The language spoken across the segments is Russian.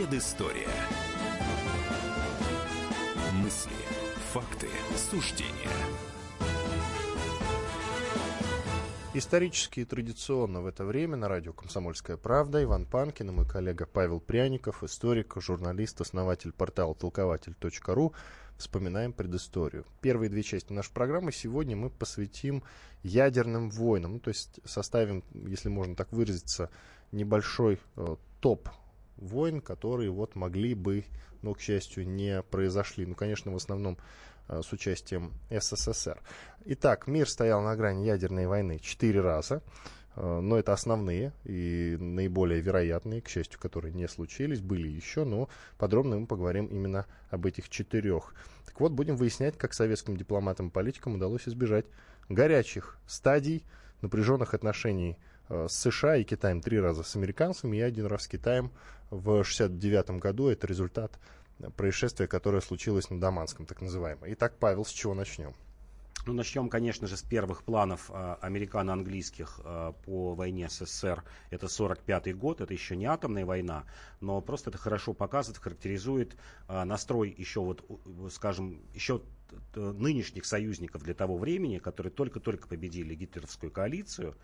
Предыстория. Мысли, факты, суждения. Исторически и традиционно в это время на радио «Комсомольская правда» Иван Панкин и мой коллега Павел Пряников, историк, журналист, основатель портала толкователь.ру, вспоминаем предысторию. Первые две части нашей программы сегодня мы посвятим ядерным войнам, то есть составим, если можно так выразиться, небольшой топ войн, которые вот могли бы, но, к счастью, не произошли. Ну, конечно, в основном с участием СССР. Итак, мир стоял на грани ядерной войны 4 раза, но это основные и наиболее вероятные, к счастью, которые не случились, были еще, но подробно мы поговорим именно об этих 4. Так вот, будем выяснять, как советским дипломатам и политикам удалось избежать горячих стадий, напряженных отношений с США и Китаем 3 раза, с американцами и 1 раз с Китаем в 1969 году. Это результат происшествия, которое случилось на Даманском, так называемое. Итак, Павел, с чего начнем? Ну, начнем, конечно же, с первых планов американо-английских по войне СССР. Это 1945 год, это еще не атомная война, но просто это хорошо показывает, характеризует настрой еще, вот, скажем, еще нынешних союзников для того времени, которые только-только победили гитлеровскую коалицию.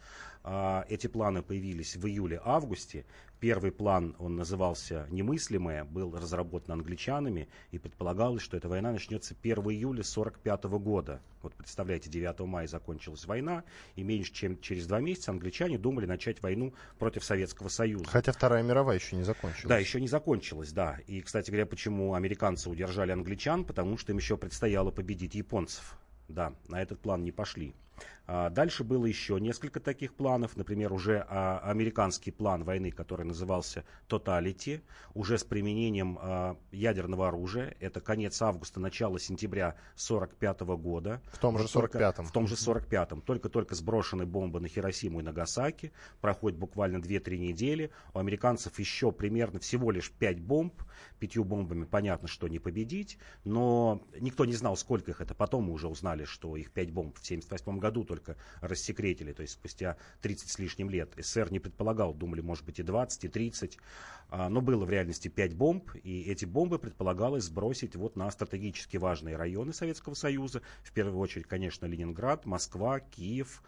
Эти планы появились в июле-августе. Первый план, он назывался «Немыслимое», был разработан англичанами, и предполагалось, что эта война начнется 1 июля 1945 года. Вот представляете, 9 мая закончилась война, и меньше чем через 2 месяца англичане думали начать войну против Советского Союза. Хотя Вторая мировая еще не закончилась. Да, еще не закончилась, да. И, кстати говоря, почему американцы удержали англичан? Потому что им еще предстояло победить японцев. Да, на этот план не пошли. Дальше было еще несколько таких планов. Например, уже американский план войны, который назывался «Totality», уже с применением ядерного оружия. Это конец августа, начало сентября 1945 года. В том же 1945-м. В том же 1945-м. Только-только сброшены бомбы на Хиросиму и Нагасаки. Проходит буквально 2-3 недели. У американцев еще примерно всего лишь 5 бомб. 5 бомбами понятно, что не победить. Но никто не знал, сколько их это. Потом мы уже узнали, что их 5 бомб в 1978 году только рассекретили, то есть спустя 30 с лишним лет. СССР не предполагал, думали, может быть, и 20, и 30, но было в реальности 5 бомб, и эти бомбы предполагалось сбросить вот на стратегически важные районы Советского Союза, в первую очередь, конечно, Ленинград, Москва, Киев.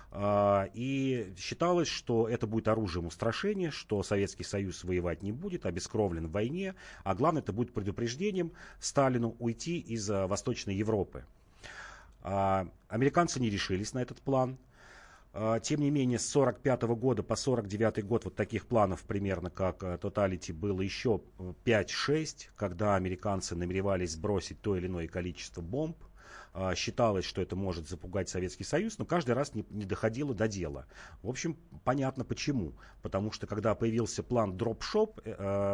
И считалось, что это будет оружием устрашения, что Советский Союз воевать не будет, обескровлен в войне, а главное, это будет предупреждением Сталину уйти из Восточной Европы. Американцы не решились на этот план. Тем не менее, с 1945 года по 1949 год вот таких планов примерно как Totality было еще 5-6, когда американцы намеревались сбросить то или иное количество бомб. Считалось, что это может запугать Советский Союз, но каждый раз не доходило до дела. В общем, понятно почему. Потому что когда появился план Дропшот,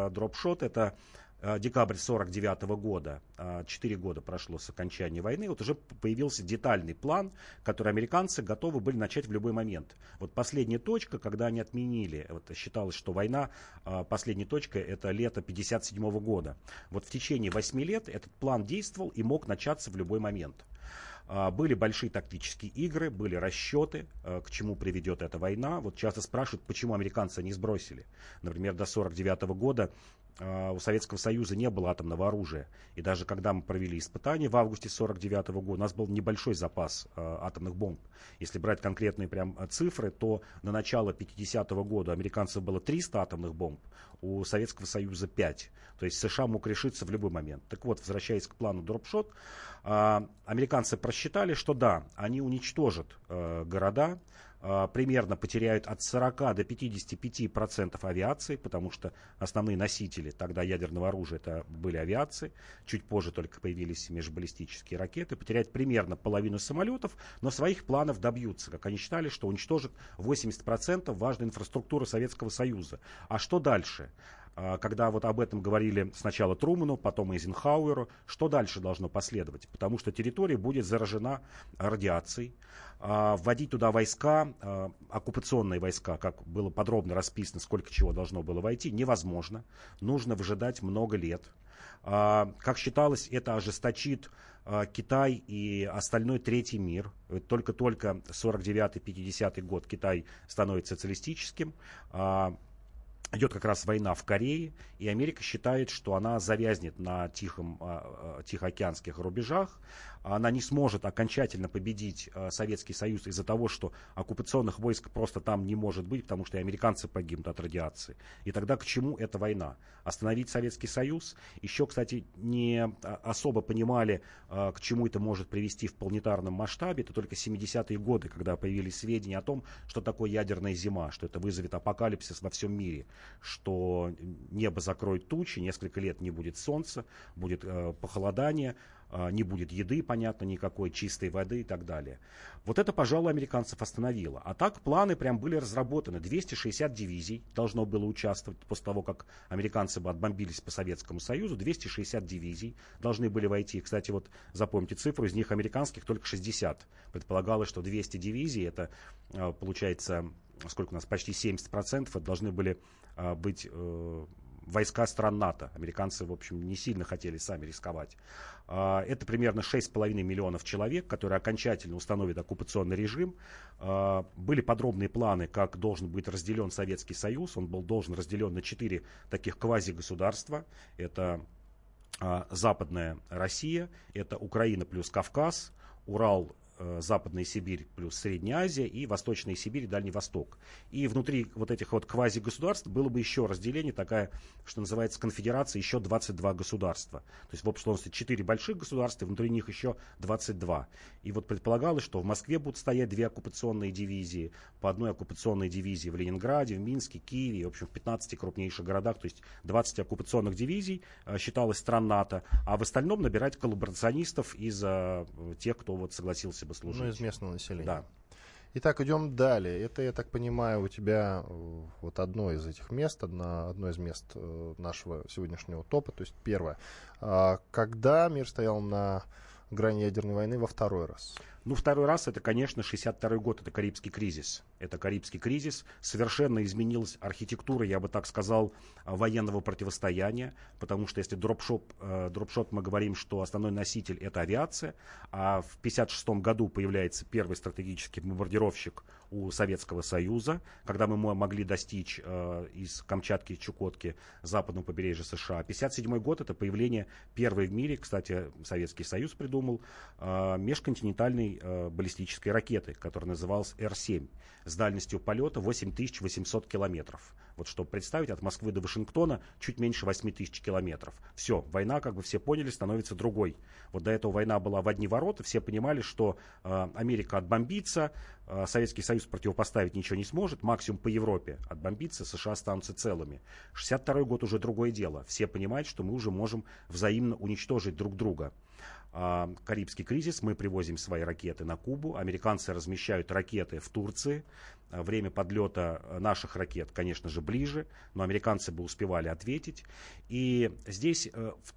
это декабрь 1949 года, 4 года прошло с окончания войны, вот уже появился детальный план, который американцы готовы были начать в любой момент. Вот последняя точка, когда они отменили, вот считалось, что война, последняя точка, это лето 1957 года. Вот в течение 8 лет этот план действовал и мог начаться в любой момент. Были большие тактические игры, были расчеты, к чему приведет эта война. Вот часто спрашивают, почему американцы не сбросили. Например, до 1949 года у Советского Союза не было атомного оружия. И даже когда мы провели испытания в августе 1949 года, у нас был небольшой запас атомных бомб. Если брать конкретные прям цифры, то на начало 50-го года у американцев было 300 атомных бомб, у Советского Союза 5. То есть США мог решиться в любой момент. Так вот, возвращаясь к плану Дропшот, американцы просчитали, что да, они уничтожат города, примерно потеряют от 40 до 55% авиации, потому что основные носители тогда ядерного оружия это были авиации. Чуть позже только появились межбаллистические ракеты. Потеряют примерно половину самолетов, но своих планов добьются. Как они считали, что уничтожат 80% важной инфраструктуры Советского Союза. А что дальше? Когда вот об этом говорили сначала Трумэну, потом Эйзенхауэру, что дальше должно последовать? Потому что территория будет заражена радиацией. Вводить туда войска, оккупационные войска, как было подробно расписано, сколько чего должно было войти, невозможно. Нужно выжидать много лет. Как считалось, это ожесточит Китай и остальной третий мир. Только-только 49-50 год Китай становится социалистическим. идет как раз война в Корее, и Америка считает, что она завязнет на тихоокеанских рубежах, она не сможет окончательно победить Советский Союз из-за того, что оккупационных войск просто там не может быть, потому что и американцы погибнут от радиации. И тогда к чему эта война? Остановить Советский Союз? Еще, кстати, не особо понимали, к чему это может привести в планетарном масштабе. Это только 70-е годы, когда появились сведения о том, что такое ядерная зима, что это вызовет апокалипсис во всем мире, что небо закроет тучи, несколько лет не будет солнца, будет похолодание, не будет еды, понятно, никакой чистой воды и так далее. Вот это, пожалуй, американцев остановило. А так планы прям были разработаны. 260 дивизий должно было участвовать после того, как американцы бы отбомбились по Советскому Союзу. 260 дивизий должны были войти. Кстати, вот запомните цифру, из них американских только 60. Предполагалось, что 200 дивизий, это получается, сколько у нас, почти 70%, это должны были быть войска стран НАТО. Американцы, в общем, не сильно хотели сами рисковать. Это примерно 6,5 миллионов человек, которые окончательно установят оккупационный режим. Были подробные планы, как должен быть разделен Советский Союз. Он был должен разделен на 4 таких квазигосударства. Это Западная Россия, это Украина плюс Кавказ, Урал, Западная Сибирь плюс Средняя Азия и Восточная Сибирь и Дальний Восток. И внутри вот этих вот квазигосударств было бы еще разделение, такая, что называется, конфедерация, еще 22 государства. То есть в общей сложности 4 больших государства, и внутри них еще 22. И вот предполагалось, что в Москве будут стоять 2 оккупационные дивизии, по одной оккупационной дивизии в Ленинграде, в Минске, Киеве, в общем, в 15 крупнейших городах, то есть 20 оккупационных дивизий считалось стран НАТО, а в остальном набирать коллаборационистов из тех, кто вот согласился бы служить. Ну, из местного населения. Да. Итак, идем далее. Это, я так понимаю, у тебя вот одно из этих мест, одно из мест нашего сегодняшнего топа, то есть первое. Когда мир стоял на грани ядерной войны во второй раз? Ну, второй раз это, конечно, 62-й год, это Карибский кризис. Это Карибский кризис. Совершенно изменилась архитектура, я бы так сказал, военного противостояния, потому что если дропшот мы говорим, что основной носитель это авиация, а в 1956 году появляется первый стратегический бомбардировщик у Советского Союза, когда мы могли достичь из Камчатки и Чукотки западного побережья США. 1957 год это появление первой в мире, кстати, Советский Союз придумал, межконтинентальной баллистической ракеты, которая называлась Р-7, с дальностью полета 8800 километров. Вот чтобы представить, от Москвы до Вашингтона чуть меньше 8000 километров. Все, война, как бы все поняли, становится другой. Вот до этого война была в одни ворота, все понимали, что Америка отбомбится, Советский Союз противопоставить ничего не сможет, максимум по Европе отбомбится, США останутся целыми. 62-й год уже другое дело. Все понимают, что мы уже можем взаимно уничтожить друг друга. Карибский кризис, мы привозим свои ракеты на Кубу, американцы размещают ракеты в Турции. Время подлета наших ракет, конечно же, ближе, но американцы бы успевали ответить. И здесь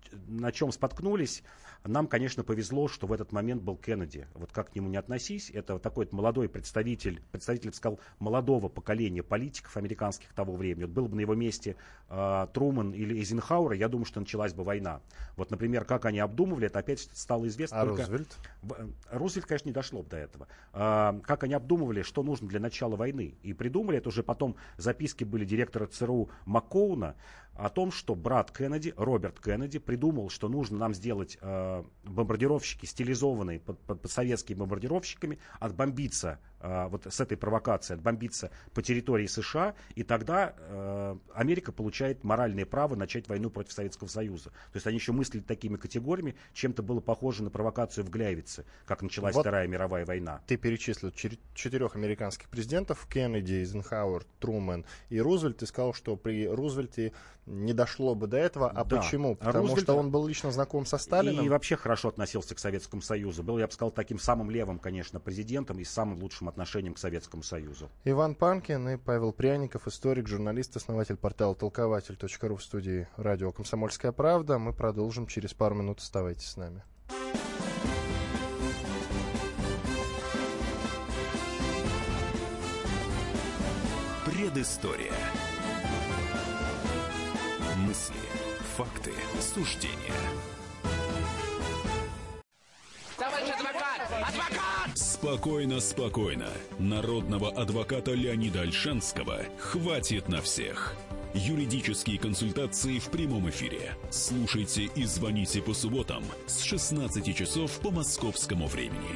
на чем споткнулись, нам, конечно, повезло, что в этот момент был Кеннеди. Вот как к нему не относись, это вот такой молодой представитель, я бы сказал, молодого поколения политиков американских того времени. Вот был бы на его месте Трумэн или Эйзенхауэр, я думаю, что началась бы война. Вот, например, как они обдумывали, это опять стало известно. А только... Рузвельт? Рузвельт, конечно, не дошло бы до этого. Как они обдумывали, что нужно для начала войны. И придумали, это уже потом записки были директора ЦРУ Маккоуна, о том, что брат Кеннеди, Роберт Кеннеди, придумал, что нужно нам сделать бомбардировщики, стилизованные под советскими бомбардировщиками, отбомбиться вот с этой провокацией, отбомбиться по территории США, и тогда Америка получает моральное право начать войну против Советского Союза. То есть они еще мыслили такими категориями, чем-то было похоже на провокацию в Гляйвице, как началась вот Вторая мировая война. Ты перечислил 4 американских президентов: Кеннеди, Эйзенхауэр, Трумэн и Рузвельт. Ты сказал, что при Рузвельте не дошло бы до этого. А да. Почему? Потому что он был лично знаком со Сталиным. И вообще хорошо относился к Советскому Союзу. Был, я бы сказал, таким самым левым, конечно, президентом и с самым лучшим отношением к Советскому Союзу. Иван Панкин и Павел Пряников, историк, журналист, основатель портала толкователь.ру в студии радио «Комсомольская правда». Мы продолжим через пару минут. Оставайтесь с нами. Предыстория. Мысли, факты, суждения. Товарищ адвокат! Адвокат! Спокойно, спокойно. Народного адвоката Леонида Ольшанского хватит на всех. Юридические консультации в прямом эфире. Слушайте и звоните по субботам с 16 часов по московскому времени.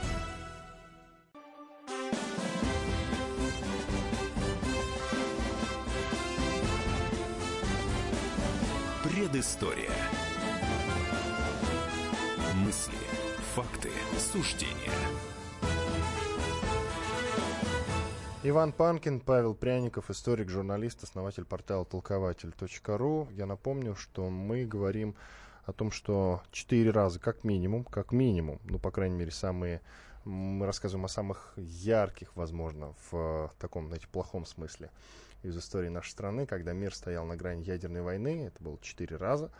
Предыстория. Мысли, факты, суждения. Иван Панкин, Павел Пряников, историк, журналист, основатель портала толкователь.ру. Я напомню, что мы говорим о том, что 4 раза как минимум, ну, по крайней мере, мы рассказываем о самых ярких, возможно, в таком, знаете, плохом смысле из истории нашей страны, когда мир стоял на грани ядерной войны. Это было 4 раза.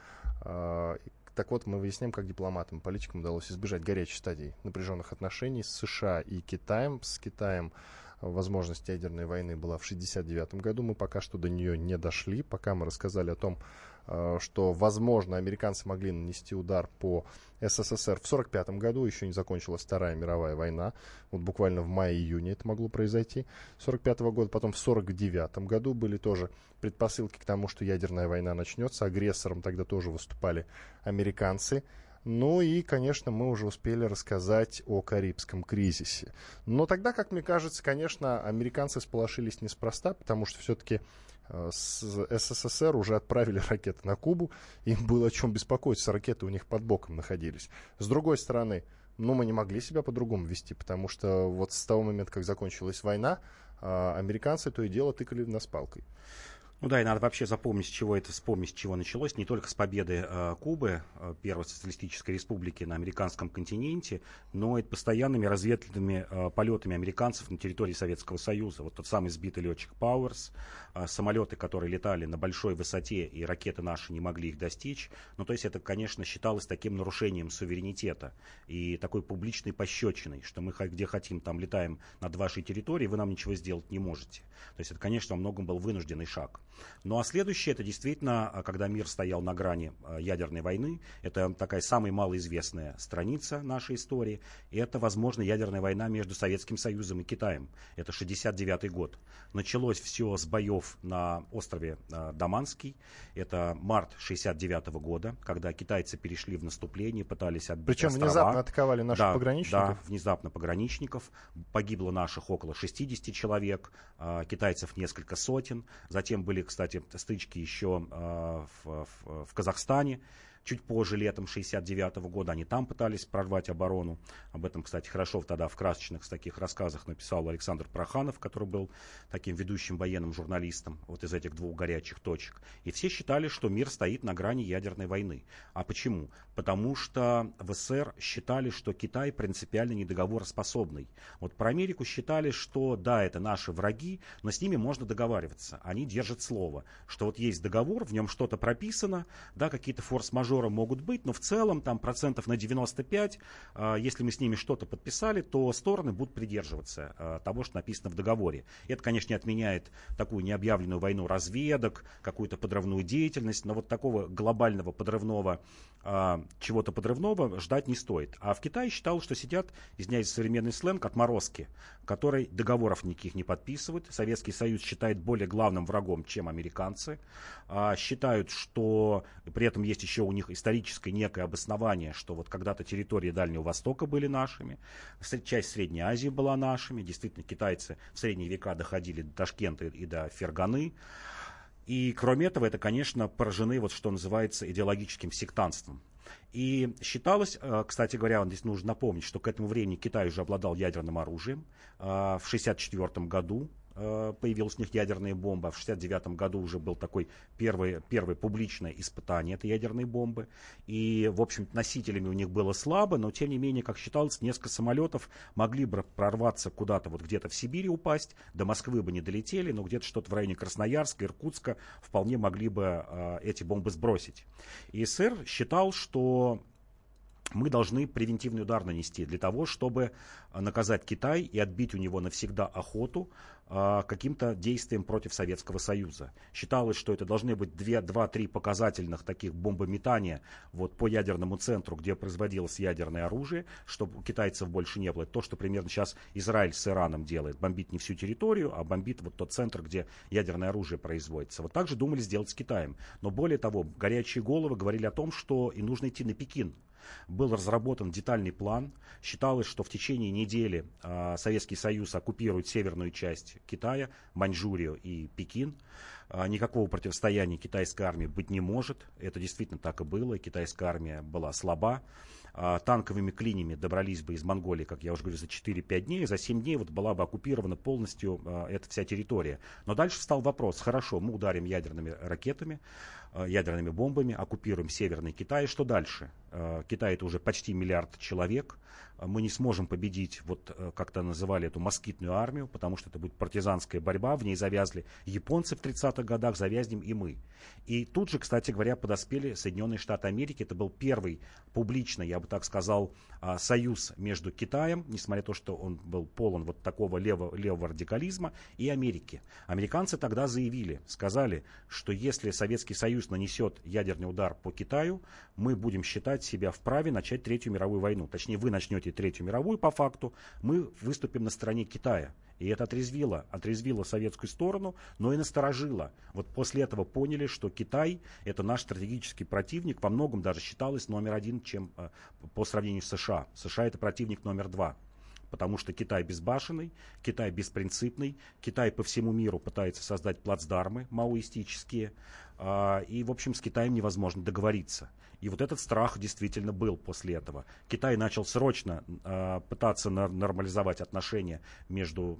Так вот, мы выясняем, как дипломатам и политикам удалось избежать горячей стадии напряженных отношений с США и Китаем. С Китаем возможность ядерной войны была в 1969 году. Мы пока что до нее не дошли. Пока мы рассказали о том, что, возможно, американцы могли нанести удар по СССР в 1945 году. Еще не закончилась Вторая мировая война. Вот буквально в мае-июне это могло произойти. 1945 года. Потом в 1949 году были тоже предпосылки к тому, что ядерная война начнется. Агрессором тогда тоже выступали американцы. Ну и, конечно, мы уже успели рассказать о Карибском кризисе. Но тогда, как мне кажется, конечно, американцы сполошились неспроста, потому что все-таки с СССР уже отправили ракеты на Кубу. Им было о чем беспокоиться, ракеты у них под боком находились. С другой стороны, мы не могли себя по-другому вести, потому что вот с того момента, как закончилась война, американцы то и дело тыкали в нас палкой. Ну да, и надо вообще вспомнить, с чего началось. Не только с победы Кубы, первой социалистической республики на американском континенте, но и постоянными разведывательными полетами американцев на территории Советского Союза. Вот тот самый сбитый летчик Пауэрс, самолеты, которые летали на большой высоте, и ракеты наши не могли их достичь. Ну, то есть это, конечно, считалось таким нарушением суверенитета и такой публичной пощечиной, что мы где хотим, там летаем над вашей территорией, вы нам ничего сделать не можете. То есть это, конечно, во многом был вынужденный шаг. Ну а следующее, это действительно, когда мир стоял на грани ядерной войны, это такая самая малоизвестная страница нашей истории, и это, возможно, ядерная война между Советским Союзом и Китаем. Это 1969 год. Началось все с боев на острове Даманский, это март 1969 года, когда китайцы перешли в наступление, пытались отбить Причем острова. Внезапно атаковали наших пограничников? Да, внезапно пограничников. Погибло наших около 60 человек, китайцев несколько сотен. Затем были, кстати, стычки еще в Казахстане. Чуть позже, летом 1969 года, они там пытались прорвать оборону. Об этом, кстати, хорошо тогда в красочных таких рассказах написал Александр Проханов, который был таким ведущим военным журналистом вот из этих двух горячих точек. И все считали, что мир стоит на грани ядерной войны. А почему? Потому что в СССР считали, что Китай принципиально недоговороспособный. Вот про Америку считали, что да, это наши враги, но с ними можно договариваться. Они держат слово, что вот есть договор, в нем что-то прописано, да, какие-то форс-мажоры могут быть, но в целом там процентов на 95, если мы с ними что-то подписали, то стороны будут придерживаться того, что написано в договоре. Это, конечно, не отменяет такую необъявленную войну разведок, какую-то подрывную деятельность, но вот такого глобального подрывного, чего-то подрывного ждать не стоит. А в Китае считал, что сидят, извиняюсь, современный сленг, отморозки, которые договоров никаких не подписывают. Советский Союз считает более главным врагом, чем американцы. Считают, что при этом есть еще у них историческое некое обоснование, что вот когда-то территории Дальнего Востока были нашими, часть Средней Азии была нашими, действительно китайцы в средние века доходили до Ташкента и до Ферганы. И кроме этого, это, конечно, поражены, вот что называется, идеологическим сектантством. И считалось, кстати говоря, здесь нужно напомнить, что к этому времени Китай уже обладал ядерным оружием. В 1964 году появилась у них ядерная бомба. В 1969 году уже был такой первое публичное испытание этой ядерной бомбы. И, в общем, носителями у них было слабо, но, тем не менее, как считалось, несколько самолетов могли бы прорваться куда-то, вот где-то в Сибири упасть, до Москвы бы не долетели, но где-то что-то в районе Красноярска, Иркутска вполне могли бы эти бомбы сбросить. И СССР считал, что мы должны превентивный удар нанести для того, чтобы наказать Китай и отбить у него навсегда охоту каким-то действием против Советского Союза. Считалось, что это должны быть 2-3 показательных таких бомбометания вот по ядерному центру, где производилось ядерное оружие, чтобы у китайцев больше не было. То, что примерно сейчас Израиль с Ираном делает. Бомбит не всю территорию, а бомбит вот тот центр, где ядерное оружие производится. Вот так же думали сделать с Китаем. Но более того, горячие головы говорили о том, что и нужно идти на Пекин. Был разработан детальный план. Считалось, что в течение недели Советский Союз оккупирует северную часть Китая, Маньчжурию и Пекин. Никакого противостояния китайской армии быть не может. Это действительно так и было. Китайская армия была слаба. Танковыми клинями добрались бы из Монголии, как я уже говорю, за 4-5 дней. За 7 дней вот была бы оккупирована полностью эта вся территория. Но дальше встал вопрос. Хорошо, мы ударим ядерными ракетами, ядерными бомбами, оккупируем Северный Китай. Что дальше? Китай — это уже почти 1 миллиард человек. Мы не сможем победить, вот как-то называли эту москитную армию, потому что это будет партизанская борьба. В ней завязли японцы в 30-х годах, завязнем и мы. И тут же, кстати говоря, подоспели Соединенные Штаты Америки. Это был первый публичный, я бы так сказал, союз между Китаем, несмотря на то, что он был полон вот такого левого радикализма, и Америки. Американцы тогда заявили, сказали, что если Советский Союз нанесет ядерный удар по Китаю, мы будем считать себя вправе начать Третью мировую войну. Точнее, вы начнете Третью мировую по факту, мы выступим на стороне Китая. И это отрезвило советскую сторону, но и насторожило. Вот после этого поняли, что Китай — это наш стратегический противник, во многом даже считалось номер 1, чем по сравнению с США. США — это противник номер 2. Потому что Китай безбашенный, Китай беспринципный, Китай по всему миру пытается создать плацдармы маоистические, и, в общем, с Китаем невозможно договориться. И вот этот страх действительно был после этого. Китай начал срочно пытаться нормализовать отношения между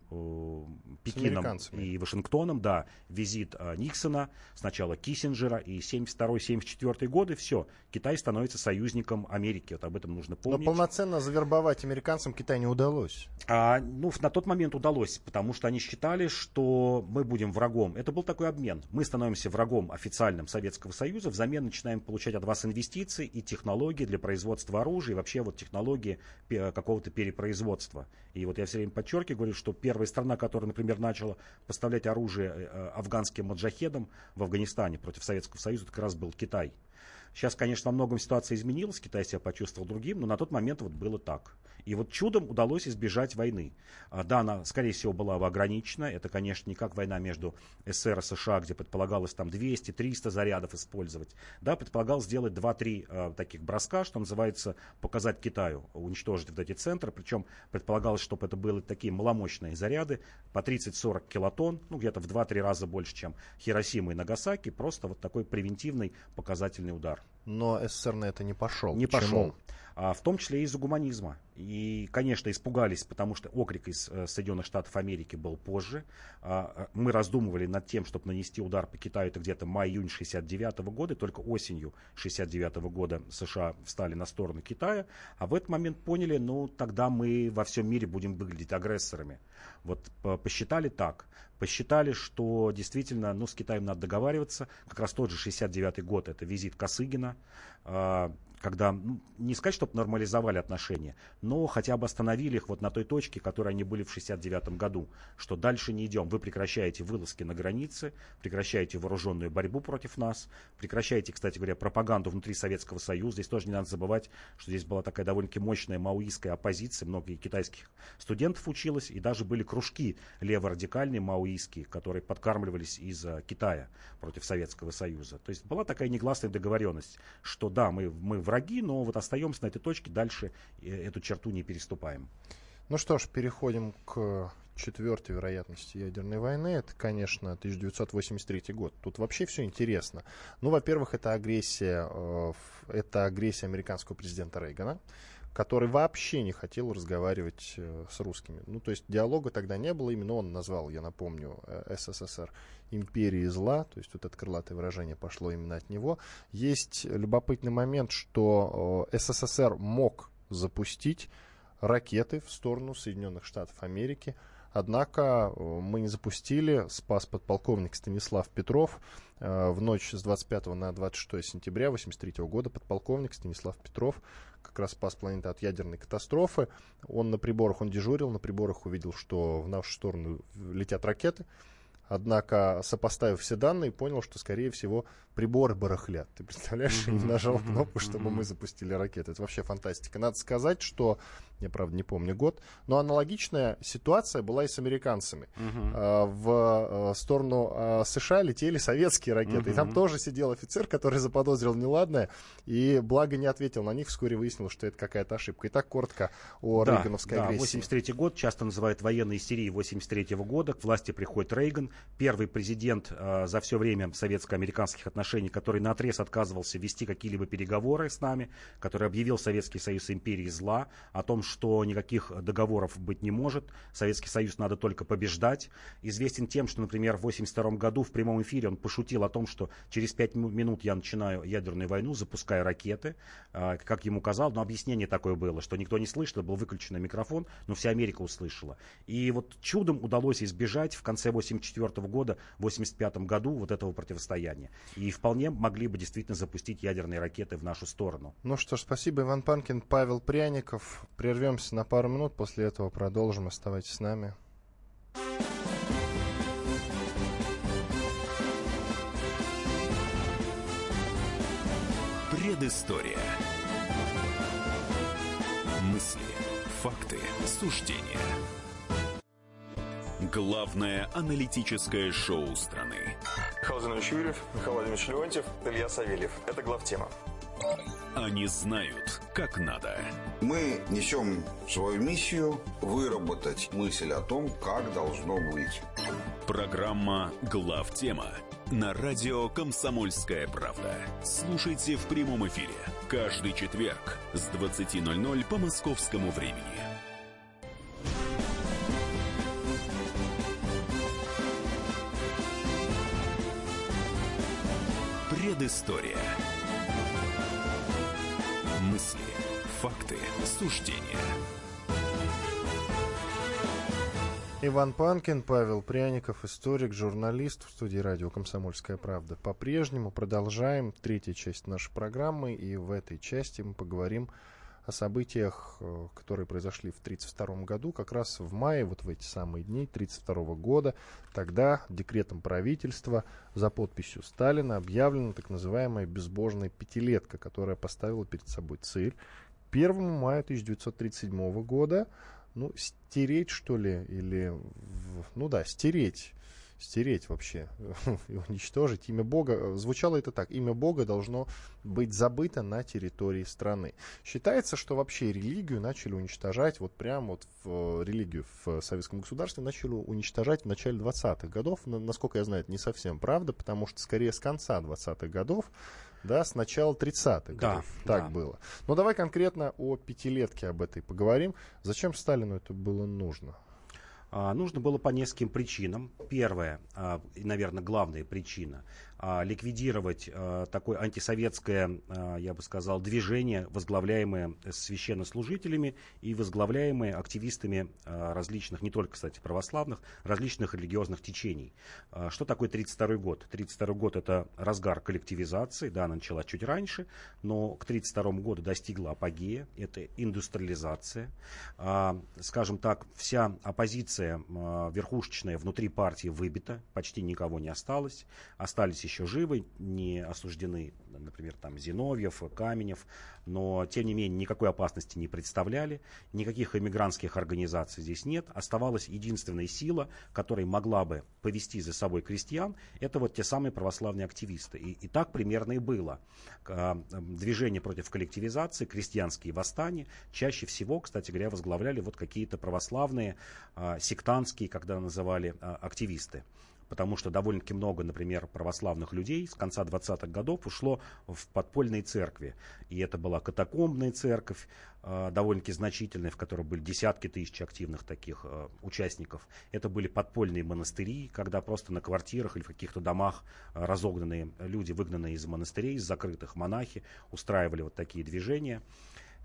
Пекином и Вашингтоном. Да, визит Никсона, сначала Киссинджера, и 1972-1974 годы, все, Китай становится союзником Америки. Вот об этом нужно помнить. Но полноценно завербовать американцам Китай не удалось. На тот момент удалось, потому что они считали, что мы будем врагом. Это был такой обмен. Мы становимся врагом официальным Советского Союза, взамен начинаем получать от вас инвестиции и технологии для производства оружия, и вообще вот технологии какого-то перепроизводства. И вот я все время подчеркиваю, говорю, что первая страна, которая, например, начала поставлять оружие афганским маджахедам в Афганистане против Советского Союза, это как раз был Китай. Сейчас, конечно, во многом ситуация изменилась, Китай себя почувствовал другим, но на тот момент вот было так. И вот чудом удалось избежать войны. Да, она, скорее всего, была бы ограничена. Это, конечно, не как война между СССР и США, где предполагалось там 200-300 зарядов использовать. Да, предполагалось сделать 2-3 таких броска, что называется, показать Китаю, уничтожить вот эти центры. Причем предполагалось, чтобы это были такие маломощные заряды по 30-40 килотонн, ну где-то в 2-3 раза больше, чем Хиросима и Нагасаки. Просто вот такой превентивный показательный удар. Но СССР на это не пошел. Не пошел. В том числе и из-за гуманизма. И, конечно, испугались, потому что окрик из Соединенных Штатов Америки был позже. Мы раздумывали над тем, чтобы нанести удар по Китаю, это где-то май-июнь 1969 года. Только осенью 1969 года США встали на сторону Китая. А в этот момент поняли, ну, тогда мы во всем мире будем выглядеть агрессорами. Вот посчитали так. Посчитали, что действительно, с Китаем надо договариваться. Как раз тот же 1969 год, это визит Косыгина, когда, не сказать, чтобы нормализовали отношения, но хотя бы остановили их вот на той точке, в которой они были в 1969 году, что дальше не идем. Вы прекращаете вылазки на границе, прекращаете вооруженную борьбу против нас, прекращаете, кстати говоря, пропаганду внутри Советского Союза. Здесь тоже не надо забывать, что здесь была такая довольно-таки мощная маоистская оппозиция, много китайских студентов училось, и даже были кружки леворадикальные маоистские, которые подкармливались из Китая против Советского Союза. То есть была такая негласная договоренность, что да, мы враги, но вот остаемся на этой точке, дальше эту черту не переступаем. Ну что ж, переходим к четвертой вероятности ядерной войны. Это, конечно, 1983 год. Тут вообще все интересно. Ну, во-первых, это агрессия американского президента Рейгана, который вообще не хотел разговаривать с русскими. Ну, то есть диалога тогда не было. Именно он назвал, я напомню, СССР империей зла. То есть вот это крылатое выражение пошло именно от него. Есть любопытный момент, что СССР мог запустить ракеты в сторону Соединенных Штатов Америки. Однако мы не запустили, спас подполковник Станислав Петров. В ночь с 25 на 26 сентября 1983 года подполковник Станислав Петров как раз спас планету от ядерной катастрофы. Он дежурил, на приборах увидел, что в нашу сторону летят ракеты. Однако, сопоставив все данные, понял, что, скорее всего, приборы барахлят. Ты представляешь, и нажал кнопку, чтобы мы запустили ракеты. Это вообще фантастика. Надо сказать, что, я, правда, не помню год, но аналогичная ситуация была и с американцами. В сторону США летели советские ракеты. И там тоже сидел офицер, который заподозрил неладное, и благо не ответил на них. Вскоре выяснилось, что это какая-то ошибка. Итак, коротко о рейгановской агрессии. 83 год часто называют военной истерией 83 года. К власти приходит Рейган. Первый президент за все время советско-американских отношений, который наотрез отказывался вести какие-либо переговоры с нами, который объявил Советский Союз империей зла, о том, что никаких договоров быть не может, Советский Союз надо только побеждать. Известен тем, что, например, в 1982 году в прямом эфире он пошутил о том, что через 5 минут я начинаю ядерную войну, запуская ракеты, как ему казалось, но объяснение такое было, что никто не слышал, был выключен микрофон, но вся Америка услышала. И вот чудом удалось избежать в конце 1984 года, в 1985 году вот этого противостояния. И вполне могли бы действительно запустить ядерные ракеты в нашу сторону. Ну что ж, спасибо, Иван Панкин, Павел Пряников. Прервемся на пару минут, после этого продолжим. Оставайтесь с нами. Предыстория. Мысли, факты, суждения. Главное аналитическое шоу страны. Михаил Владимирович Юрьев, Михаил Владимирович Леонтьев, Илья Савельев. Это главтема. Они знают, как надо. Мы несем свою миссию выработать мысль о том, как должно быть. Программа «Главтема» на радио «Комсомольская правда». Слушайте в прямом эфире каждый четверг с 20:00 по московскому времени. Предыстория. Мысли, факты, суждения. Иван Панкин, Павел Пряников, историк, журналист в студии радио «Комсомольская правда». По-прежнему продолжаем третью часть нашей программы, и в этой части мы поговорим о событиях, которые произошли в 1932 году, как раз в мае, вот в эти самые дни 1932 года. Тогда декретом правительства за подписью Сталина объявлена так называемая безбожная пятилетка, которая поставила перед собой цель к 1 мая 1937 года стереть, что ли, или, стереть вообще и уничтожить имя Бога. Звучало это так: имя Бога должно быть забыто на территории страны. Считается, что вообще религию начали уничтожать, религию в советском государстве начали уничтожать в начале 20-х годов. Насколько я знаю, это не совсем правда, потому что скорее с конца 20-х годов, с начала 30-х годов так было. Но давай конкретно о пятилетке об этой поговорим. Зачем Сталину это было нужно? Нужно было по нескольким причинам. Первая, и, наверное, главная причина — ликвидировать такое антисоветское, я бы сказал, движение, возглавляемое священнослужителями и возглавляемое активистами различных, не только, кстати, православных, различных религиозных течений. Что такое 1932 год? 1932 год — это разгар коллективизации, она началась чуть раньше, но к 1932 году достигла апогея, это индустриализация. Скажем так, вся оппозиция верхушечная внутри партии выбита, почти никого не осталось. Остались еще живы, не осуждены, например, Зиновьев, Каменев, но, тем не менее, никакой опасности не представляли, никаких эмигрантских организаций здесь нет. Оставалась единственная сила, которая могла бы повести за собой крестьян, это вот те самые православные активисты. И так примерно и было. Движение против коллективизации, крестьянские восстания чаще всего, кстати говоря, возглавляли вот какие-то православные, сектантские, когда называли, активисты. Потому что довольно-таки много, например, православных людей с конца 20-х годов ушло в подпольные церкви. И это была катакомбная церковь, довольно-таки значительная, в которой были десятки тысяч активных таких участников. Это были подпольные монастыри, когда просто на квартирах или в каких-то домах разогнанные люди, выгнанные из монастырей, из закрытых монахи, устраивали вот такие движения.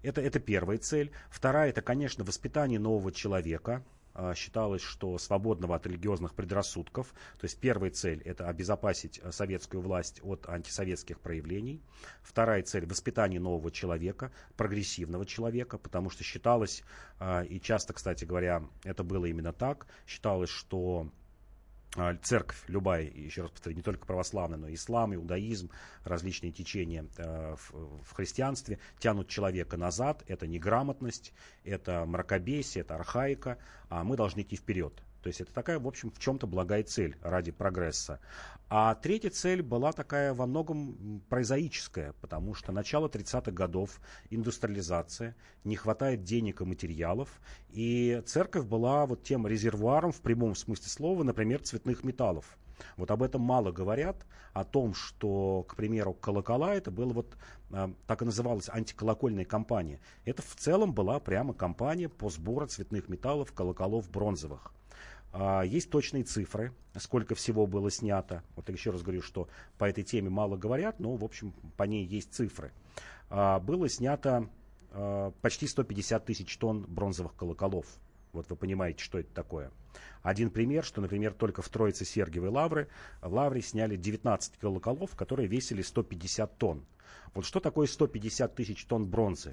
Это первая цель. Вторая — это, конечно, воспитание нового человека. Считалось, что свободного от религиозных предрассудков. То есть первая цель — это обезопасить советскую власть от антисоветских проявлений. Вторая цель — воспитание нового человека, прогрессивного человека, потому что считалось, и часто, кстати говоря, это было именно так, считалось, что церковь любая, еще раз повторю, не только православная, но и ислам, иудаизм, различные течения в христианстве тянут человека назад. Это неграмотность, это мракобесие, это архаика, а мы должны идти вперед. То есть это такая, в общем, в чем-то благая цель ради прогресса. А третья цель была такая во многом прозаическая, потому что начало 30-х годов, индустриализация, не хватает денег и материалов, и церковь была вот тем резервуаром в прямом смысле слова, например, цветных металлов. Вот об этом мало говорят, о том, что, к примеру, колокола, это было вот, так и называлась антиколокольная кампания. Это в целом была прямо кампания по сбору цветных металлов, колоколов бронзовых. Есть точные цифры, сколько всего было снято. Вот еще раз говорю, что по этой теме мало говорят, но, в общем, по ней есть цифры. Было снято почти 150 тысяч тонн бронзовых колоколов. Вот вы понимаете, что это такое. Один пример, что, например, только в Троице-Сергиевой лавре сняли 19 колоколов, которые весили 150 тонн. Вот что такое 150 тысяч тонн бронзы?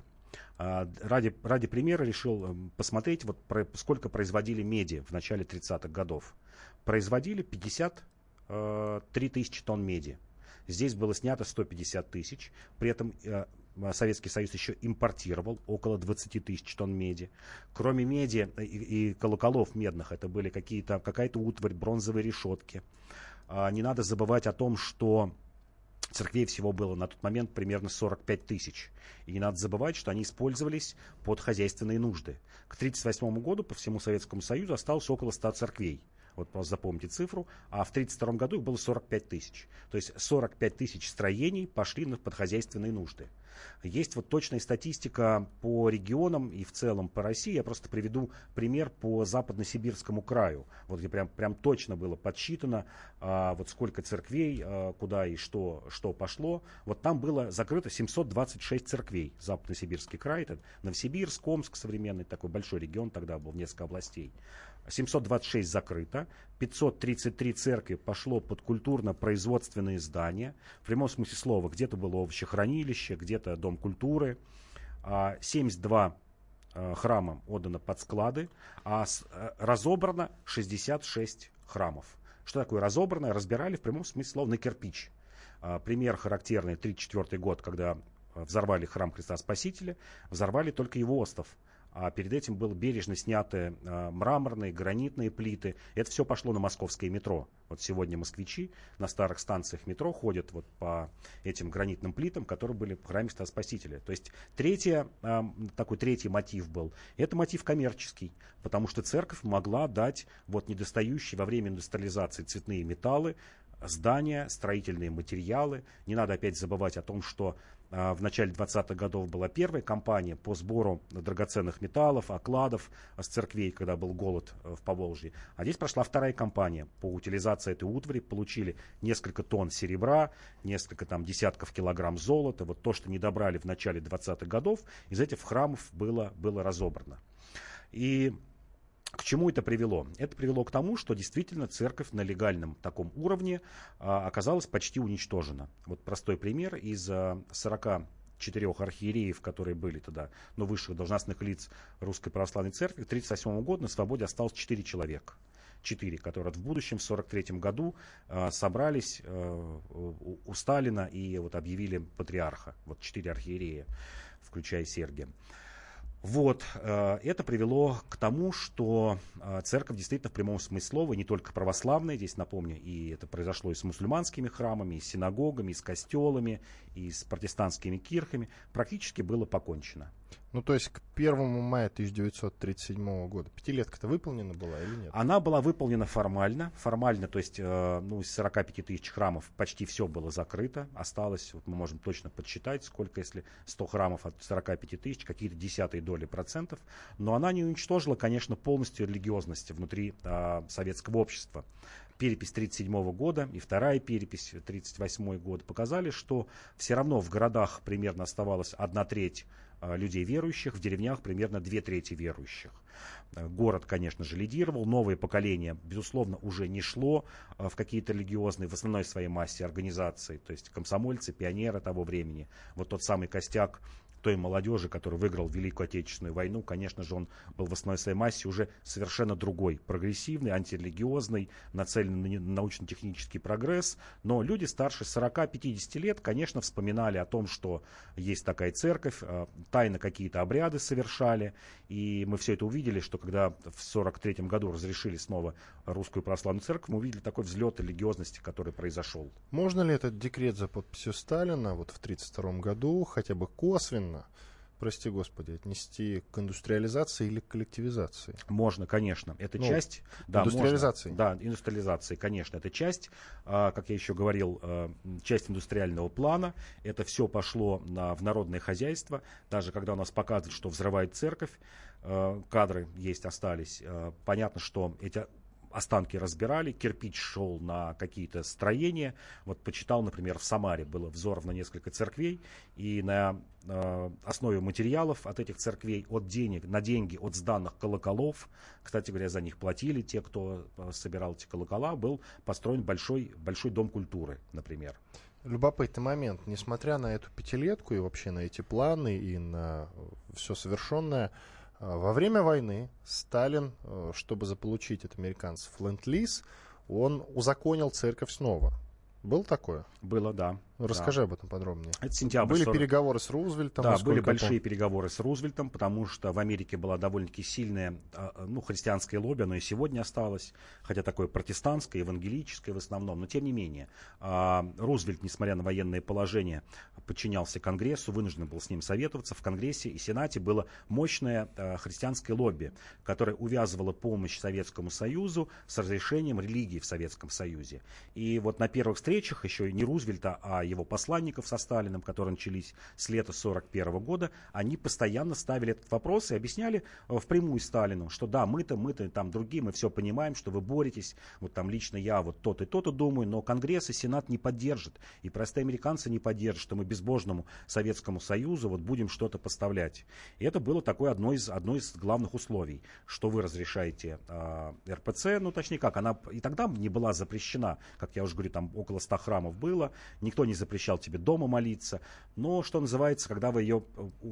Ради примера решил посмотреть, вот сколько производили меди в начале 30-х годов. Производили 53 тысячи тонн меди. Здесь было снято 150 тысяч. При этом Советский Союз еще импортировал около 20 тысяч тонн меди. Кроме меди и колоколов медных, это были какая-то утварь, бронзовые решетки. Не надо забывать о том, что церквей всего было на тот момент примерно 45 тысяч. И не надо забывать, что они использовались под хозяйственные нужды. К 1938 году по всему Советскому Союзу осталось около 100 церквей. Вот просто запомните цифру. А в 1932 году их было 45 тысяч. То есть 45 тысяч строений пошли под хозяйственные нужды. Есть вот точная статистика по регионам и в целом по России. Я просто приведу пример по Западно-Сибирскому краю. Вот где прям точно было подсчитано, вот сколько церквей, куда и что пошло. Вот там было закрыто 726 церквей. Западно-Сибирский край, это Новосибирск, Омск современный, такой большой регион тогда был, несколько областей. 726 закрыто, 533 церкви пошло под культурно-производственные здания, в прямом смысле слова, где-то было овощехранилище, где-то дом культуры, 72 храма отдано под склады, а разобрано 66 храмов. Что такое разобрано? Разбирали в прямом смысле слова на кирпич. Пример характерный, 1934 год, когда взорвали храм Христа Спасителя, взорвали только его остов. А перед этим были бережно сняты мраморные, гранитные плиты. Это все пошло на московское метро. Вот сегодня москвичи на старых станциях метро ходят вот по этим гранитным плитам, которые были в храме Христа Спасителя. То есть третий мотив был. Это мотив коммерческий, потому что церковь могла дать вот недостающие во время индустриализации цветные металлы, здания, строительные материалы. Не надо опять забывать о том, что в начале 20-х годов была первая кампания по сбору драгоценных металлов, окладов с церквей, когда был голод в Поволжье. А здесь прошла вторая кампания по утилизации этой утвари. Получили несколько тонн серебра, несколько десятков килограмм золота. Вот то, что не добрали в начале 20-х годов, из этих храмов было разобрано. И к чему это привело? Это привело к тому, что действительно церковь на легальном таком уровне оказалась почти уничтожена. Вот простой пример. Из 44 архиереев, которые были тогда, высших должностных лиц Русской Православной Церкви, к 1938 году на свободе осталось 4 человека. 4, которые в будущем, в 1943 году, собрались у Сталина и вот объявили патриарха. Вот 4 архиерея, включая Сергия. Вот, это привело к тому, что церковь действительно в прямом смысле слова, не только православная, здесь напомню, и это произошло и с мусульманскими храмами, и с синагогами, и с костелами, и с протестантскими кирхами, практически было покончено. То есть к 1 мая 1937 года пятилетка-то выполнена была или нет? Она была выполнена формально. Формально, то есть из 45 тысяч храмов почти все было закрыто. Осталось, вот мы можем точно подсчитать, сколько, если 100 храмов от 45 тысяч, какие-то десятые доли процентов. Но она не уничтожила, конечно, полностью религиозность внутри советского общества. Перепись 1937 года и вторая перепись 1938 года показали, что все равно в городах примерно оставалась 1/3 людей верующих, в деревнях примерно 2/3 верующих. Город, конечно же, лидировал, новое поколение, безусловно, уже не шло в какие-то религиозные, в основной своей массе организации, то есть комсомольцы, пионеры того времени, вот тот самый костяк той молодежи, который выиграл Великую Отечественную войну, конечно же, он был в основной своей массе уже совершенно другой, прогрессивный, антирелигиозный, нацеленный на научно-технический прогресс, но люди старше 40-50 лет, конечно, вспоминали о том, что есть такая церковь, тайно какие-то обряды совершали, и мы все это увидели, что когда в 1943 году разрешили снова русскую православную церковь, мы увидели такой взлет религиозности, который произошел. Можно ли этот декрет за подписью Сталина вот в 1932 году хотя бы косвенно, прости господи, отнести к индустриализации или к коллективизации? Можно, конечно. Это часть... Да, индустриализации. Можно, да, индустриализации, конечно. Это часть, как я еще говорил, часть индустриального плана. Это все пошло в народное хозяйство. Даже когда у нас показывают, что взрывает церковь, кадры есть, остались. Понятно, что эти останки разбирали, кирпич шел на какие-то строения. Вот почитал, например, в Самаре было взорвано несколько церквей, и на основе материалов от этих церквей, на деньги от сданных колоколов, кстати говоря, за них платили те, кто собирал эти колокола, был построен большой дом культуры, например. Любопытный момент. Несмотря на эту пятилетку и вообще на эти планы и на все совершенное, во время войны Сталин, чтобы заполучить от американцев ленд-лиз, он узаконил церковь снова. Было такое? Было, да. Расскажи об этом подробнее. Это сентябрь. Были переговоры с Рузвельтом? Да, были большие переговоры с Рузвельтом, потому что в Америке была довольно-таки сильная христианское лобби, оно и сегодня осталось, хотя такое протестантское, евангелическое в основном, но тем не менее. Рузвельт, несмотря на военное положение, подчинялся Конгрессу, вынужден был с ним советоваться. В Конгрессе и Сенате было мощное христианское лобби, которое увязывало помощь Советскому Союзу с разрешением религии в Советском Союзе. И вот на первых встречах еще не Рузвельта, а его посланников со Сталиным, которые начались с лета 1941 года, они постоянно ставили этот вопрос и объясняли впрямую Сталину, что да, мы-то, там другие, мы все понимаем, что вы боретесь, вот там лично я вот то-то и то-то думаю, но Конгресс и Сенат не поддержат, и простые американцы не поддержат, что мы безбожному Советскому Союзу вот будем что-то поставлять. И это было такое одно из главных условий, что вы разрешаете РПЦ, точнее как, она и тогда не была запрещена, как я уже говорю, там около 100 храмов было, никто не запрещал тебе дома молиться, но, что называется, когда вы ее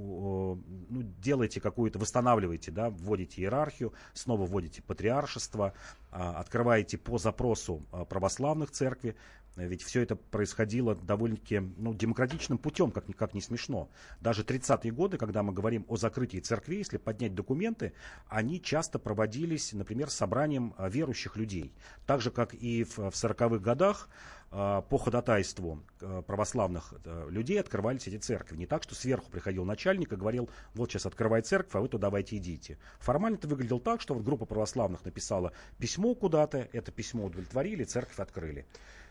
делаете какую-то, восстанавливаете, да, вводите иерархию, снова вводите патриаршество, открываете по запросу православных церквей, ведь все это происходило довольно-таки демократичным путем, как не смешно. Даже 30-е годы, когда мы говорим о закрытии церквей, если поднять документы, они часто проводились, например, собранием верующих людей. Так же, как и в 40-х годах, по ходатайству православных людей открывались эти церкви. Не так, что сверху приходил начальник и говорил, вот сейчас открывай церковь, а вы туда давайте идите. Формально это выглядело так, что вот группа православных написала письмо куда-то, это письмо удовлетворили, церковь открыли.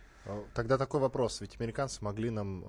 Тогда такой вопрос. Ведь американцы могли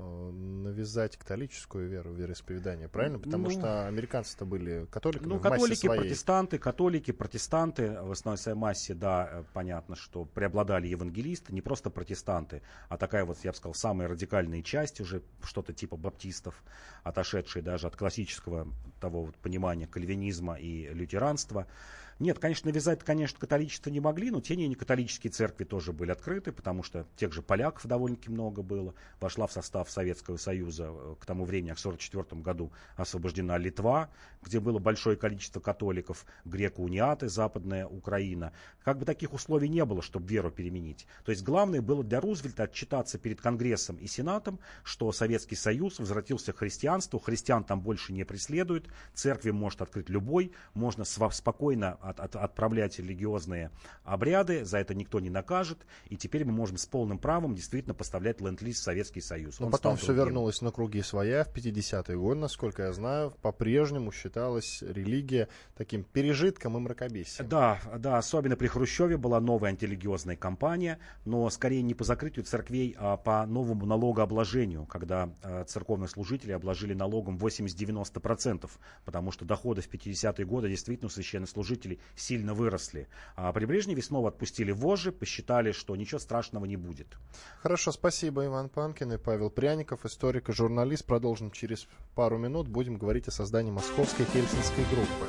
нам навязать католическую веру, вероисповедание, правильно? Потому что американцы-то были католиками в массе своей. Католики, протестанты в основной своей массе, да, понятно, что преобладали евангелисты, не просто протестанты, а такая вот, я бы сказал, самая радикальная часть уже, что-то типа баптистов, отошедшие даже от классического того вот понимания кальвинизма и лютеранства. Нет, конечно, навязать, католичество не могли, но тем не менее католические церкви тоже были открыты, потому что тех же поляков довольно-таки много было. Вошла в состав Советского Союза к тому времени, в 1944 году освобождена Литва, где было большое количество католиков, греко-униаты, Западная Украина. Как бы таких условий не было, чтобы веру переменить. То есть главное было для Рузвельта отчитаться перед Конгрессом и Сенатом, что Советский Союз возвратился к христианству, христиан там больше не преследуют, церкви может открыть любой, можно спокойно отправлять религиозные обряды, за это никто не накажет, и теперь мы можем с полным правом действительно поставлять ленд-лиз в Советский Союз. Но потом все вернулось на круги своя. В 50-е годы, насколько я знаю, по-прежнему считалась религия таким пережитком и мракобесием. Да, особенно при Хрущеве была новая антирелигиозная кампания, но скорее не по закрытию церквей, а по новому налогообложению, когда церковных служителей обложили налогом 80-90%, потому что доходы в 50-е годы действительно у священнослужителей сильно выросли. А при Брежневе снова отпустили вожжи, посчитали, что ничего страшного не будет. Хорошо, спасибо, Иван Панкин и Павел Пряников, историк и журналист. Продолжим через пару минут. Будем говорить о создании Московской Хельсинской группы.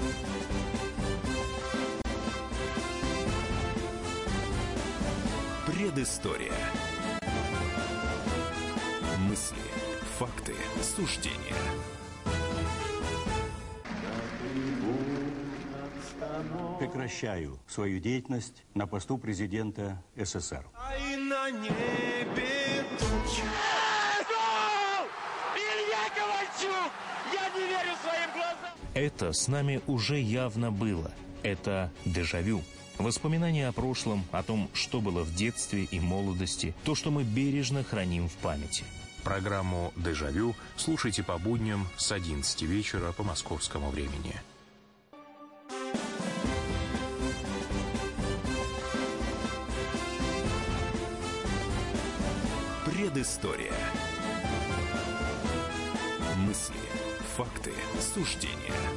Предыстория. Мысли, факты, суждения. Прекращаю свою деятельность на посту президента СССР. На небе тучи. Илья Ковальчук! Я не верю своим глазам! Это с нами уже явно было. Это дежавю. Воспоминания о прошлом, о том, что было в детстве и молодости, то, что мы бережно храним в памяти. Программу «Дежавю» слушайте по будням с 11 вечера по московскому времени. Предыстория. Мысли, факты, суждения.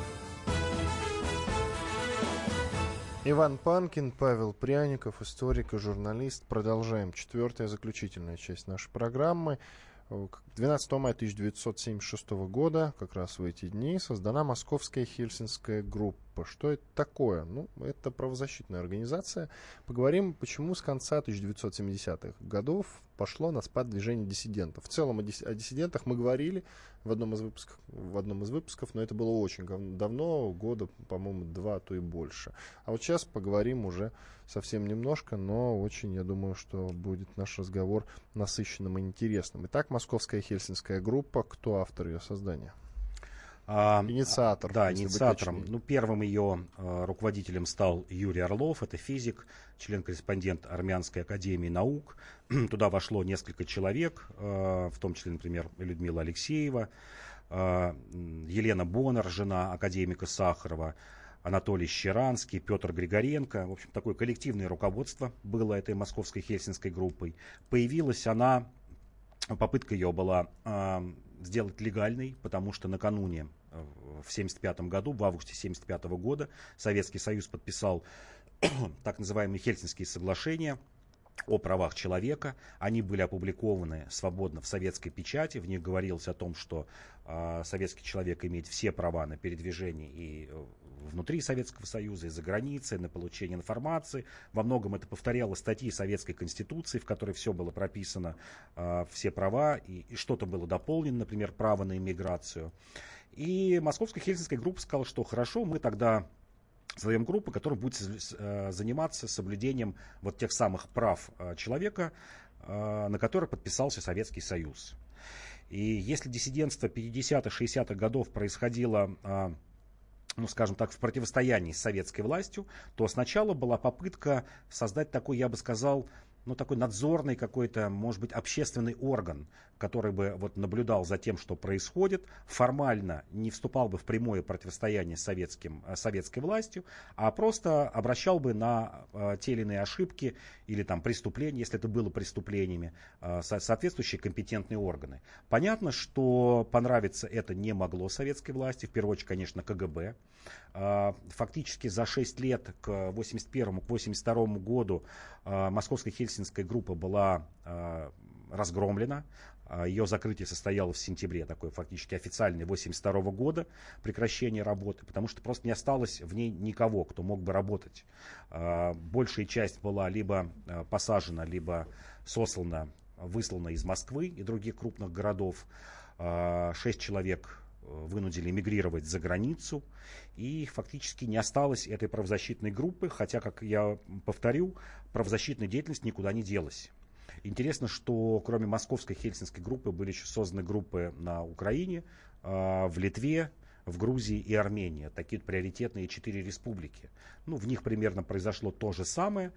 Иван Панкин, Павел Пряников, историк и журналист. Продолжаем. Четвертая, заключительная часть нашей программы. 12 мая 1976 года, как раз в эти дни, создана Московская Хельсинская группа. Что это такое? Ну, это правозащитная организация. Поговорим, почему с конца 1970-х годов пошло на спад движение диссидентов. В целом о диссидентах мы говорили в одном из выпусков, но это было очень давно, года, по-моему, 2, а то и больше. А вот сейчас поговорим уже совсем немножко, но очень, я думаю, что будет наш разговор насыщенным и интересным. Итак, Московская Хельсинская группа. Кто автор ее создания? Инициатор. Да, инициатором. Первым ее руководителем стал Юрий Орлов. Это физик, член-корреспондент Армянской академии наук. Туда вошло несколько человек, в том числе, например, Людмила Алексеева, Елена Боннер, жена академика Сахарова, Анатолий Щеранский, Петр Григоренко. В общем, такое коллективное руководство было этой Московской Хельсинской группой. Появилась она, попытка ее была сделать легальной, потому что накануне, в 1975 году, в августе 1975 года, Советский Союз подписал так называемые Хельсинские соглашения о правах человека. Они были опубликованы свободно в советской печати. В них говорилось о том, что советский человек имеет все права на передвижение и внутри Советского Союза, и за границей, на получение информации. Во многом это повторяло статьи Советской Конституции, в которой все было прописано, все права, и что-то было дополнено, например, право на иммиграцию. И Московская Хельсинская группа сказала, что хорошо, мы тогда создаем группу, которая будет заниматься соблюдением вот тех самых прав человека, на которые подписался Советский Союз. И если диссидентство 50-х, 60-х годов происходило, скажем так, в противостоянии с советской властью, то сначала была попытка создать такой, я бы сказал, такой надзорный какой-то, может быть, общественный орган, который бы вот наблюдал за тем, что происходит, формально не вступал бы в прямое противостояние с советской властью, а просто обращал бы на те или иные ошибки или там преступления, если это было преступлениями, соответствующие компетентные органы. Понятно, что понравиться это не могло советской власти, в первую очередь, конечно, КГБ. Фактически за 6 лет к 1981 к 1982 году Московская Хельсинская группа была разгромлена. Ее закрытие состоялось в сентябре, такой фактически официальный, 1982 года, прекращение работы, потому что просто не осталось в ней никого, кто мог бы работать. Большая часть была либо посажена, либо выслана из Москвы и других крупных городов. 6 человек вынудили эмигрировать за границу, и фактически не осталось этой правозащитной группы, хотя, как я повторю, правозащитная деятельность никуда не делась. Интересно, что кроме Московской Хельсинской группы были еще созданы группы на Украине, в Литве, в Грузии и Армении. Такие приоритетные 4 республики. В них примерно произошло то же самое.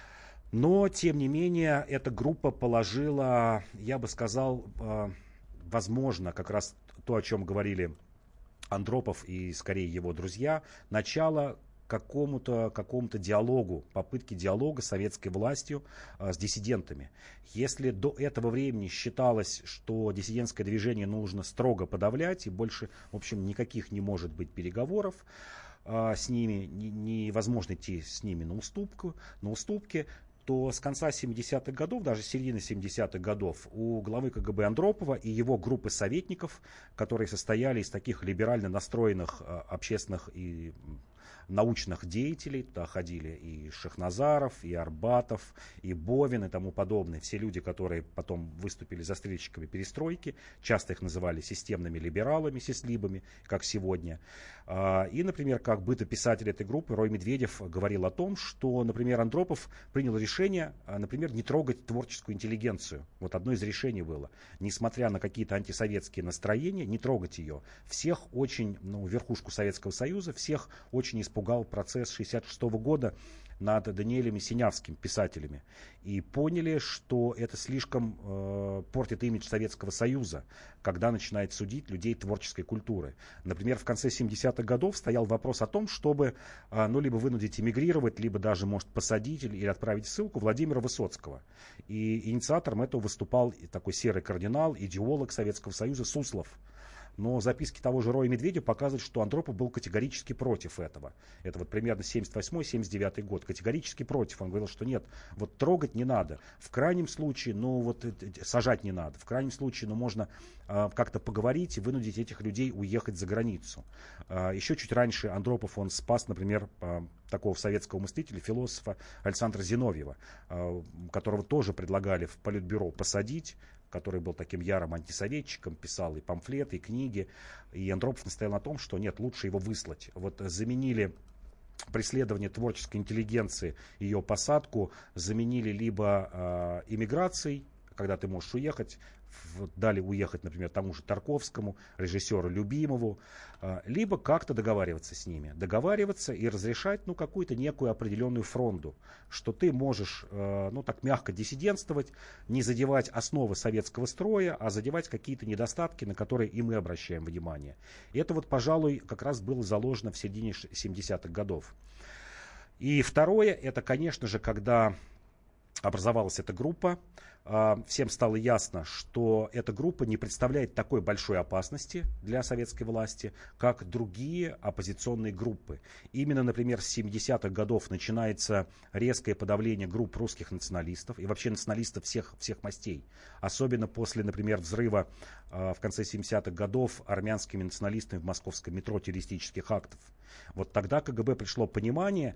Но, тем не менее, эта группа положила, я бы сказал, возможно, как раз то, о чем говорили Андропов и, скорее, его друзья, начало какому-то диалогу, попытке диалога с советской властью, с диссидентами. Если до этого времени считалось, что диссидентское движение нужно строго подавлять и больше, в общем, никаких не может быть переговоров, с ними, невозможно идти с ними на уступки, то с конца 70-х годов, даже с середины 70-х годов, у главы КГБ Андропова и его группы советников, которые состояли из таких либерально настроенных общественных и научных деятелей, туда ходили и Шахназаров, и Арбатов, и Бовин и тому подобное. Все люди, которые потом выступили застрельщиками перестройки, часто их называли системными либералами, сислибами, как сегодня. И, например, как бытописатель этой группы Рой Медведев говорил о том, что, например, Андропов принял решение, например, не трогать творческую интеллигенцию. Вот одно из решений было. Несмотря на какие-то антисоветские настроения, не трогать ее. Всех очень, верхушку Советского Союза, всех очень испугал процесс 1966 года над Даниэлем и Синявским, писателями. И поняли, что это слишком портит имидж Советского Союза, когда начинает судить людей творческой культуры. Например, в конце 70-х годов стоял вопрос о том, чтобы либо вынудить эмигрировать, либо даже, может, посадить или отправить в ссылку Владимира Высоцкого. И инициатором этого выступал такой серый кардинал, идеолог Советского Союза Суслов. Но записки того же Роя Медведева показывают, что Андропов был категорически против этого. Это вот примерно 78-79 год. Категорически против. Он говорил, что нет, вот трогать не надо. В крайнем случае, сажать не надо. В крайнем случае, можно как-то поговорить и вынудить этих людей уехать за границу. Еще чуть раньше Андропов, он спас, например, такого советского мыслителя, философа Александра Зиновьева, которого тоже предлагали в Политбюро посадить, который был таким ярым антисоветчиком, писал и памфлеты, и книги. И Андропов настоял на том, что нет, лучше его выслать. Вот заменили преследование творческой интеллигенции, ее посадку, заменили либо иммиграцией, когда ты можешь уехать, дали уехать, например, тому же Тарковскому, режиссеру Любимову, либо как-то договариваться с ними. Договариваться и разрешать какую-то некую определенную фронту, что ты можешь так мягко диссидентствовать, не задевать основы советского строя, а задевать какие-то недостатки, на которые и мы обращаем внимание. И это пожалуй, как раз было заложено в середине 70-х годов. И второе, это, конечно же, когда образовалась эта группа, всем стало ясно, что эта группа не представляет такой большой опасности для советской власти, как другие оппозиционные группы. Именно, например, с 70-х годов начинается резкое подавление групп русских националистов и вообще националистов всех мастей. Особенно после, например, взрыва в конце 70-х годов армянскими националистами в московском метро террористических актов. Вот тогда КГБ пришло понимание,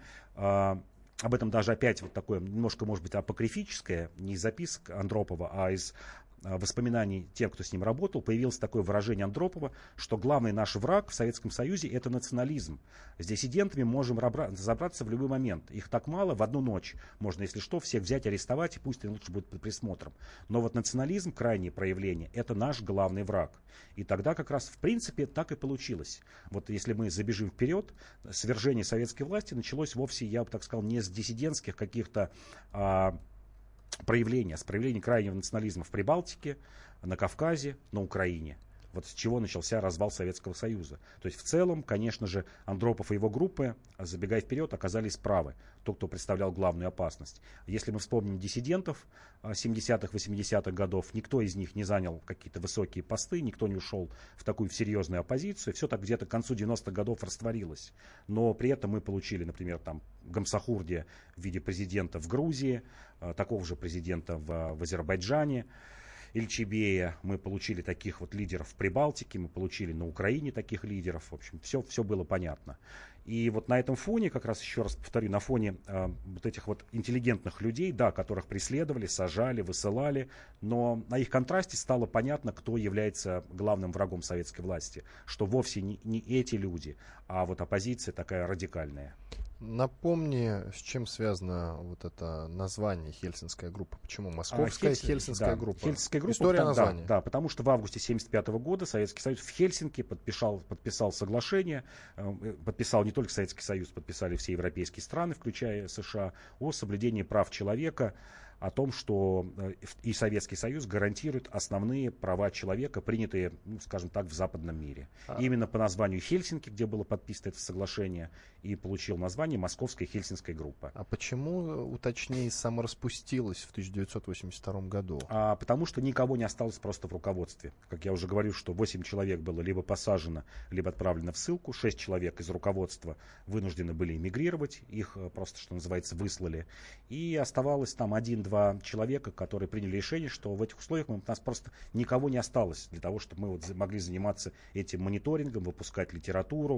об этом даже опять такое немножко, может быть, апокрифическое, не из записок Андропова, а из воспоминаний тех, кто с ним работал, появилось такое выражение Андропова, что главный наш враг в Советском Союзе — это национализм. С диссидентами можем разобраться в любой момент. Их так мало, в одну ночь можно, если что, всех взять, арестовать, и пусть они лучше будут под присмотром. Но вот национализм, крайнее проявление, это наш главный враг. И тогда как раз, в принципе, так и получилось. Вот если мы забежим вперед, свержение советской власти началось вовсе, я бы так сказал, не с диссидентских каких-то проявления, с проявления крайнего национализма в Прибалтике, на Кавказе, на Украине. Вот с чего начался развал Советского Союза. То есть в целом, конечно же, Андропов и его группы, забегая вперед, оказались правы. Тот, кто представлял главную опасность. Если мы вспомним диссидентов 70-х, 80-х годов, никто из них не занял какие-то высокие посты, никто не ушел в такую серьезную оппозицию. Все так где-то к концу 90-х годов растворилось. Но при этом мы получили, например, Гамсахурди в виде президента в Грузии, такого же президента в Азербайджане, Ильчебея, мы получили таких лидеров в Прибалтике, мы получили на Украине таких лидеров, в общем, все было понятно. И вот на этом фоне, как раз еще раз повторю, на фоне этих интеллигентных людей, да, которых преследовали, сажали, высылали, но на их контрасте стало понятно, кто является главным врагом советской власти, что вовсе не эти люди, а оппозиция такая радикальная. Напомни, с чем связано это название Хельсинская группа? Почему Московская Хельсинская группа? Хельсинская группа. История названия. Да, потому что в августе 1975 года Советский Союз в Хельсинки подписал соглашение, подписал не только Советский Союз, подписали все европейские страны, включая США, о соблюдении прав человека о том, что и Советский Союз гарантирует основные права человека, принятые, скажем так, в западном мире. Именно по названию Хельсинки, где было подписано это соглашение, и получил название Московская Хельсинская группа. А почему, точнее, самораспустилась в 1982 году? Потому что никого не осталось просто в руководстве. Как я уже говорил, что 8 человек было либо посажено, либо отправлено в ссылку. 6 человек из руководства вынуждены были эмигрировать. Их просто, что называется, выслали. И оставалось там 1-2 человека, которые приняли решение, что в этих условиях у нас просто никого не осталось для того, чтобы мы могли заниматься этим мониторингом, выпускать литературу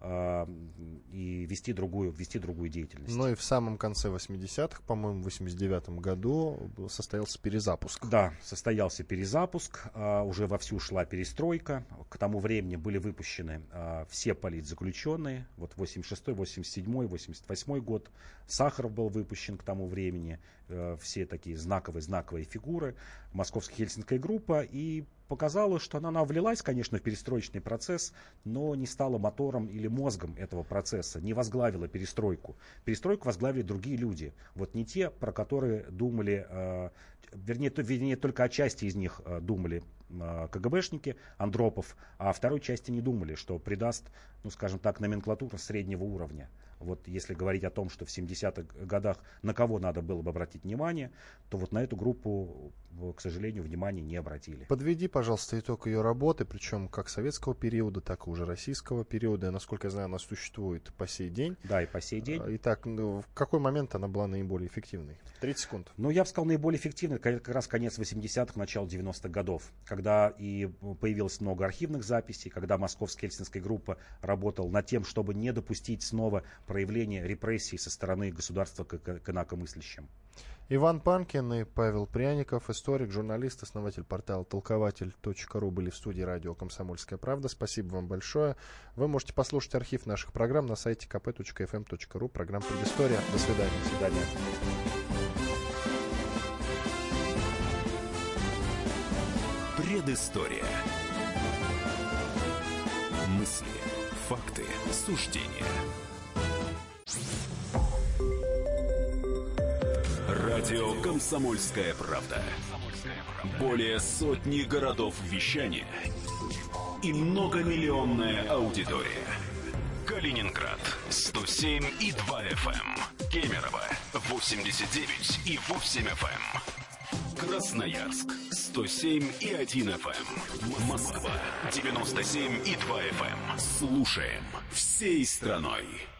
и вести другую деятельность. Ну и в самом конце 80-х, по-моему, в 89-м году состоялся перезапуск. Да, состоялся перезапуск, уже вовсю шла перестройка. К тому времени были выпущены все политзаключенные. Вот 86-й, 87-й, 88-й год. Сахаров был выпущен к тому времени. Все такие знаковые фигуры. Московская Хельсинская группа. И показала, что она влилась, конечно, в перестроечный процесс, но не стала мотором или мозгом этого процесса, не возглавила перестройку. Перестройку возглавили другие люди. Вот не те, про которые думали, вернее, только о части из них думали КГБшники, Андропов, а о второй части не думали, что придаст, скажем так, номенклатуру среднего уровня. Вот если говорить о том, что в 70-х годах на кого надо было бы обратить внимание, то вот на эту группу, к сожалению, внимания не обратили. Подведи, пожалуйста, итог ее работы, причем как советского периода, так и уже российского периода. И, насколько я знаю, она существует по сей день. Да, и по сей день. Итак, в какой момент она была наиболее эффективной? 30 секунд. Я бы сказал, наиболее эффективной как раз конец 80-х, начало 90-х годов, когда и появилось много архивных записей, когда Московская Хельсинская группа работала над тем, чтобы не допустить снова проявления репрессий со стороны государства к инакомыслящим. Иван Панкин и Павел Пряников, историк, журналист, основатель портала толкователь.ру, были в студии радио «Комсомольская правда». Спасибо вам большое. Вы можете послушать архив наших программ на сайте kp.fm.ru. Программа «Предыстория». До свидания. До свидания. Предыстория. Мысли, факты, суждения. Радио «Комсомольская правда». Более сотни городов вещания и многомиллионная аудитория. Калининград 107,2 FM. Кемерово 89,8 FM. Красноярск 107,1 FM. Москва 97,2 FM. Слушаем всей страной.